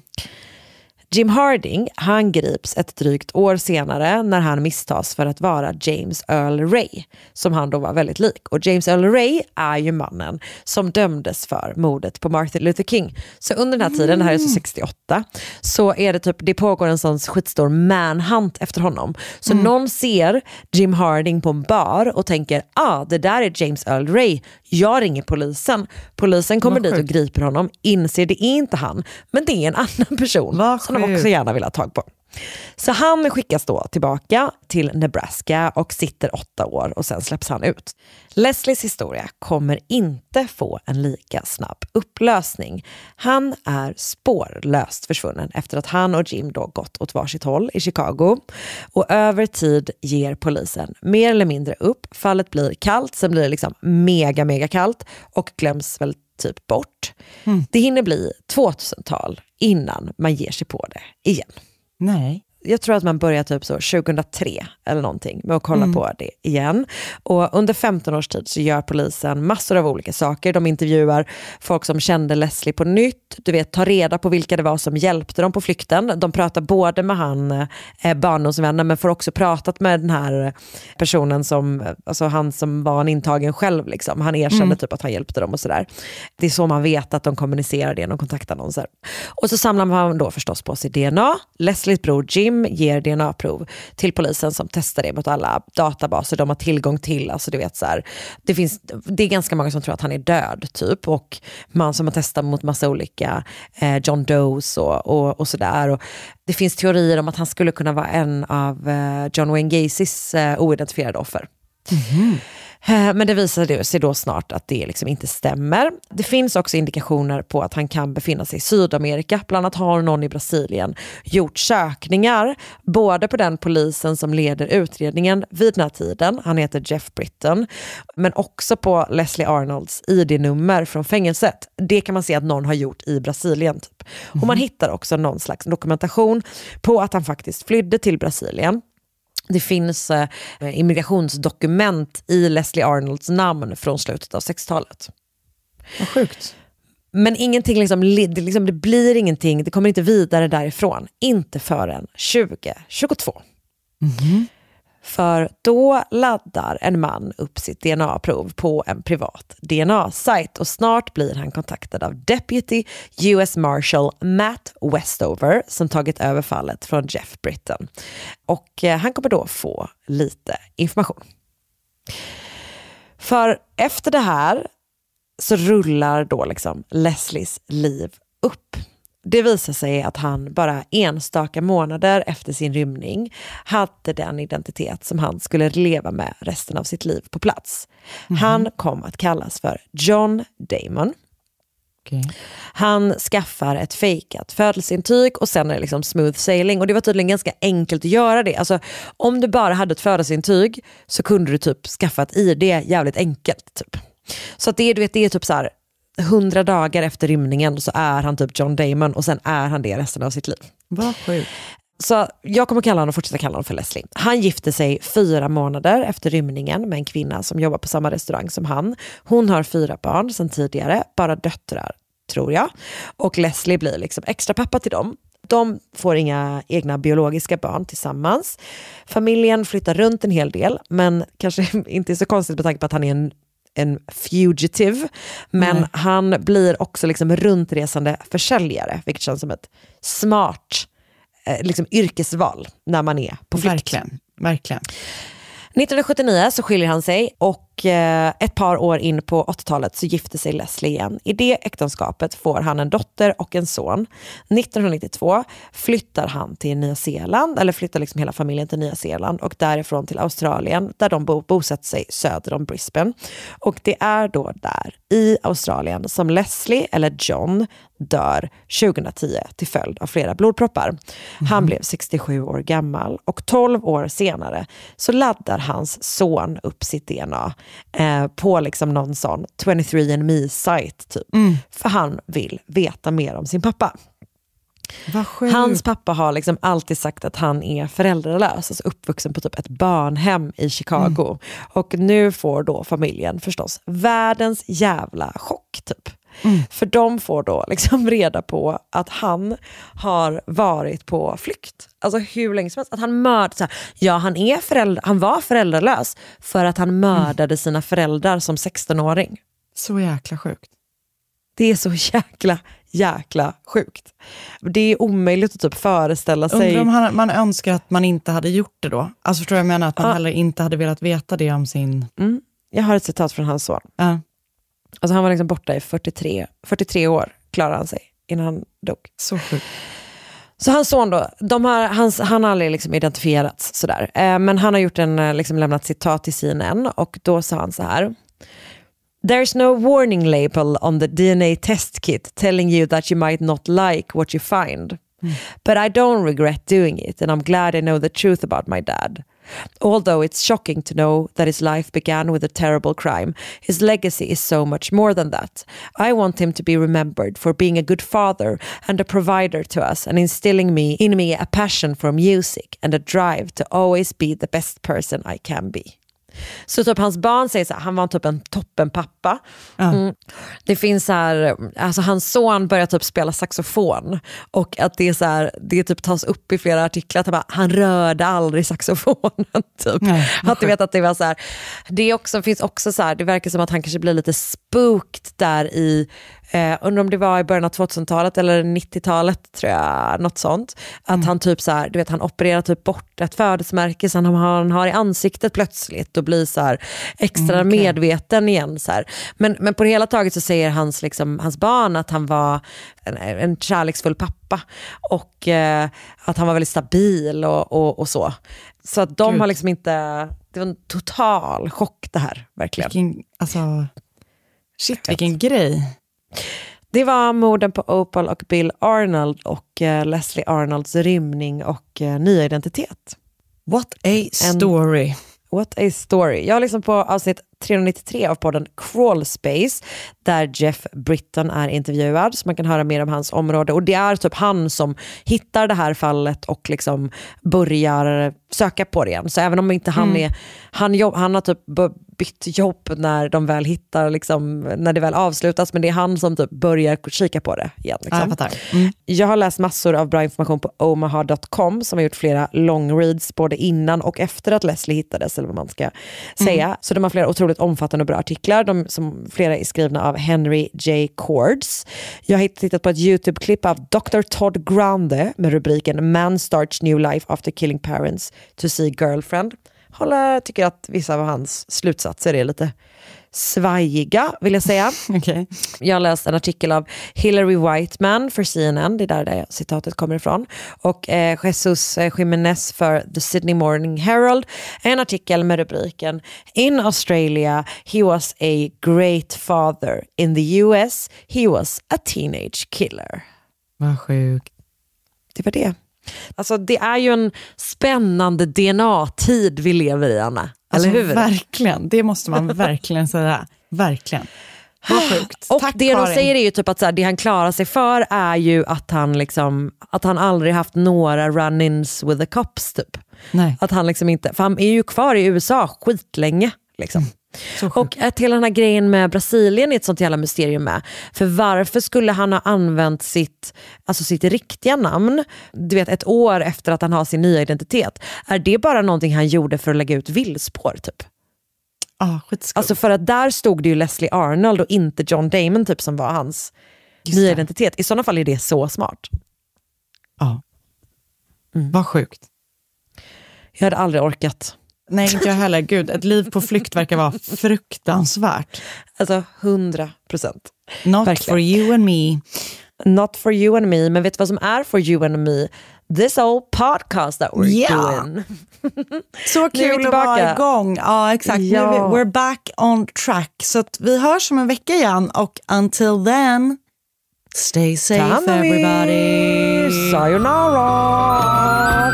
Jim Harding, han grips ett drygt år senare när han misstas för att vara James Earl Ray, som han då var väldigt lik. Och James Earl Ray är ju mannen som dömdes för mordet på Martin Luther King. Så under den här tiden, det här är så sextioåtta, så är det typ, det pågår en sån skitstor manhunt efter honom. Så mm. någon ser Jim Harding på en bar och tänker, ah, det där är James Earl Ray. Jag ringer polisen. Polisen kommer dit och griper honom, inser det är inte han, men det är en annan person som de också gärna vill ha tag på. Så han skickas då tillbaka till Nebraska och sitter åtta år och sen släpps han ut. Leslies historia kommer inte få en lika snabb upplösning. Han är spårlöst försvunnen efter att han och Jim då gått åt varsitt håll i Chicago. Och över tid ger polisen mer eller mindre upp. Fallet blir kallt, sen blir det liksom mega mega kallt och glöms väl typ bort. Mm. Det hinner bli tvåtusental innan man ger sig på det igen. Nej. Jag tror att man börjar typ så tjugohundratre eller någonting med att kolla mm. på det igen. Och under femton års tid så gör polisen massor av olika saker. De intervjuar folk som kände Leslie på nytt. Du vet, ta reda på vilka det var som hjälpte dem på flykten. De pratar både med han eh, barndomsvännen men får också pratat med den här personen som, alltså han som var en intagen själv liksom. Han erkände mm. typ att han hjälpte dem och sådär. Det är så man vet att de kommunicerar det genom kontaktannonser. Och så samlar man då förstås på sig D N A. Leslies bror Jim ger D N A-prov till polisen som testar det mot alla databaser de har tillgång till. Alltså du vet så här, det finns, det är ganska många som tror att han är död typ, och man som har testat mot massa olika eh, John Does och, och, och sådär. Och det finns teorier om att han skulle kunna vara en av eh, John Wayne Gacys eh, oidentifierade offer. Mm-hmm. Men det visade sig då snart att det liksom inte stämmer. Det finns också indikationer på att han kan befinna sig i Sydamerika. Bland annat har någon i Brasilien gjort sökningar både på den polisen som leder utredningen vid den här tiden. Han heter Jeff Britton. Men också på Leslie Arnolds I D-nummer från fängelset. Det kan man se att någon har gjort i Brasilien typ. Och man hittar också någon slags dokumentation på att han faktiskt flydde till Brasilien. Det finns eh, immigrationsdokument i Leslie Arnolds namn från slutet av sextiotalet. Vad sjukt. Men ingenting liksom, det, liksom, det blir ingenting, det kommer inte vidare därifrån. Inte förrän tjugo tjugotvå. Mm-hmm. För då laddar en man upp sitt D N A-prov på en privat D N A-sajt och snart blir han kontaktad av Deputy U S Marshal Matt Westover som tagit över fallet från Jeff Britton. Och eh, han kommer då få lite information. För efter det här så rullar då liksom Leslies liv upp. Det visar sig att han bara enstaka månader efter sin rymning hade den identitet som han skulle leva med resten av sitt liv på plats. Mm-hmm. Han kom att kallas för John Damon. Okay. Han skaffar ett fejkat födelseintyg och sen är det liksom smooth sailing. Och det var tydligen ganska enkelt att göra det. Alltså, om du bara hade ett födelseintyg så kunde du typ skaffa ett I D jävligt enkelt. Typ. Så att det, du vet, det är typ så här hundra dagar efter rymningen så är han typ John Damon och sen är han det resten av sitt liv. Vad sjukt. Så jag kommer kalla honom och fortsätta kalla honom för Leslie. Han gifte sig fyra månader efter rymningen med en kvinna som jobbar på samma restaurang som han. Hon har fyra barn sedan tidigare, bara döttrar tror jag. Och Leslie blir liksom extra pappa till dem. De får inga egna biologiska barn tillsammans. Familjen flyttar runt en hel del, men kanske inte är så konstigt med tanke på att han är en en fugitive, men mm. han blir också liksom runtresande försäljare, vilket känns som ett smart eh, liksom yrkesval när man är på flykt. Verkligen, verkligen. nittonhundrasjuttionio så skiljer han sig och Och eh, ett par år in på åttiotalet så gifte sig Leslie igen. I det äktenskapet får han en dotter och en son. nittonhundranittiotvå flyttar han till Nya Zeeland, eller flyttar liksom hela familjen till Nya Zeeland och därifrån till Australien där de bo- bosätter sig söder om Brisbane. Och det är då där i Australien som Leslie, eller John, dör tjugohundratio till följd av flera blodproppar. Mm. Han blev sextiosju år gammal och tolv år senare så laddar hans son upp sitt D N A eh, på liksom någon sån twenty-three and me-sajt typ. Mm. För han vill veta mer om sin pappa. Hans pappa har liksom alltid sagt att han är föräldralös, alltså uppvuxen på typ ett barnhem i Chicago. Mm. Och nu får då familjen förstås världens jävla chock typ. Mm. För de får då liksom reda på att han har varit på flykt. Alltså hur länge som helst. Att han mördade, ja han är föräldrar, han var föräldralös för att han mördade mm. sina föräldrar som sexton-åring. Så jäkla sjukt. Det är så jäkla, jäkla sjukt. Det är omöjligt att typ föreställa sig. Undrar om han, man önskar att man inte hade gjort det då. Alltså förstår jag menar att man ja. heller inte hade velat veta det om sin... Mm. Jag har ett citat från hans son. Ja. Alltså han var liksom borta i fyrtiotre, fyrtiotre år klarade han sig innan han dog. Så sjukt. Så hans son då, de har, hans, han har aldrig liksom identifierats sådär. Eh, men han har gjort en, liksom lämnat citat till C N N och då sa han så här: "There's no warning label on the D N A test kit telling you that you might not like what you find. Mm. But I don't regret doing it and I'm glad I know the truth about my dad. Although it's shocking to know that his life began with a terrible crime, his legacy is so much more than that. I want him to be remembered for being a good father and a provider to us and instilling me in me a passion for music and a drive to always be the best person I can be." Så typ hans barn säger så här, han var typ en toppen pappa. Mm. Det finns så här, alltså hans son börjar typ spela saxofon och att det är så här, det typ tas upp i flera artiklar att han, bara, han rörde aldrig saxofonen typ. Nej, att du vet att det var så här, det också finns också så här, det verkar som att han kanske blir lite spooked där i Eh, undrar om det var i början av tvåtusentalet eller nittiotalet tror jag, något sånt. Att mm. han typ så här, du vet han opererar typ bort ett födelsemärke som han har i ansiktet plötsligt och blir så här extra mm, okay. medveten igen så här. Men, men på det hela taget så säger hans, liksom, hans barn att han var en, en kärleksfull pappa och eh, att han var väldigt stabil och, och, och så. Så att de Gud. har liksom inte, det var en total chock det här, verkligen. Vilken, alltså, shit vilken grej. Det var morden på Opal och Bill Arnold och uh, Leslie Arnolds rymning och uh, nya identitet. What a story. En, what a story. Jag har liksom på avsnitt trehundranittiotre av podden Crawl Space där Jeff Britton är intervjuad så man kan höra mer om hans område och det är typ han som hittar det här fallet och liksom börjar söka på det igen. Så även om inte han mm. är han, jobb, han har typ bytt jobb när de väl hittar liksom, när det väl avslutas, men det är han som typ börjar kika på det igen liksom. Jag fattar. Mm. Jag har läst massor av bra information på omaha dot com som har gjort flera long reads både innan och efter att Leslie hittades eller vad man ska säga. Mm. Så de har flera otroligt omfattande och bra artiklar. De som flera är skrivna av Henry J. Cords. Jag har tittat på ett YouTube-klipp av doktor Todd Grande med rubriken "Man starts new life after killing parents to see girlfriend". Håller, tycker att vissa av hans slutsatser är lite svajiga, vill jag säga. Okay. Jag har läst en artikel av Hillary Whiteman för C N N, det är där det citatet kommer ifrån, och eh, Jesus Jimenez för The Sydney Morning Herald, en artikel med rubriken "In Australia he was a great father, in the U S he was a teenage killer". Vad sjukt. Det var det. Alltså det är ju en spännande D N A-tid vi lever i, Anna. Alltså, eller hur? Verkligen, det måste man verkligen säga. Verkligen. Vad sjukt. Och Tack, det Karin. de säger är ju typ att så här, det han klarar sig för är ju att han liksom, att han aldrig haft några run-ins with the cops typ. Nej. Att han liksom inte, för han är ju kvar i U S A skitlänge liksom. Mm. Och att hela den här grejen med Brasilien är ett sånt jävla mysterium med. För varför skulle han ha använt sitt, alltså sitt riktiga namn, du vet ett år efter att han har sin nya identitet? Är det bara någonting han gjorde för att lägga ut villspår typ? Ah, skitskumt. Alltså för att där stod det ju Leslie Arnold och inte John Damon typ som var hans Just nya det. identitet. I sådana fall är det så smart. Ja. Mm. Vad sjukt. Jag hade aldrig orkat. Nej, inte jag heller. Gud, ett liv på flykt verkar vara fruktansvärt. Alltså hundra procent. Not Verkligen. for you and me. Not for you and me, men vet du vad som är for you and me? This old podcast that we're Yeah. doing. Så Nu är vi kul att tillbaka. vara igång. Ja, exakt. Ja. Nu är vi, we're back on track. Så att vi hörs om en vecka igen. Och until then, stay safe everybody. Sayonara.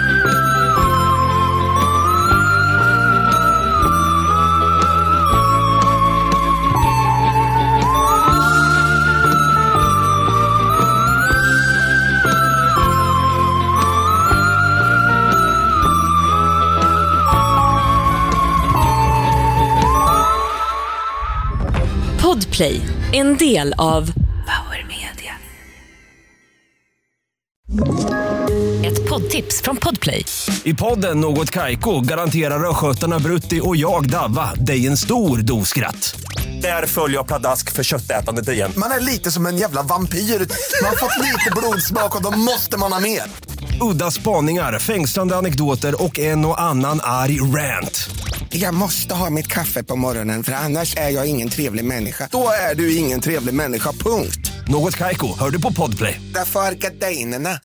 Podplay, en del av Power Media. Ett poddtips från Podplay. I podden Något Kaiko garanterar röskötarna Brutti och jag Davva dig en stor doskratt. Där följer jag pladask för köttätandet igen. Man är lite som en jävla vampyr. Man har fått lite blodsmak och då måste man ha mer. Udda spaningar, fängslande anekdoter och en och annan arg rant. Jag måste ha mitt kaffe på morgonen för annars är jag ingen trevlig människa. Då är du ingen trevlig människa, punkt. Något Kaiko, hör du på Podplay. Därför är gardinerna.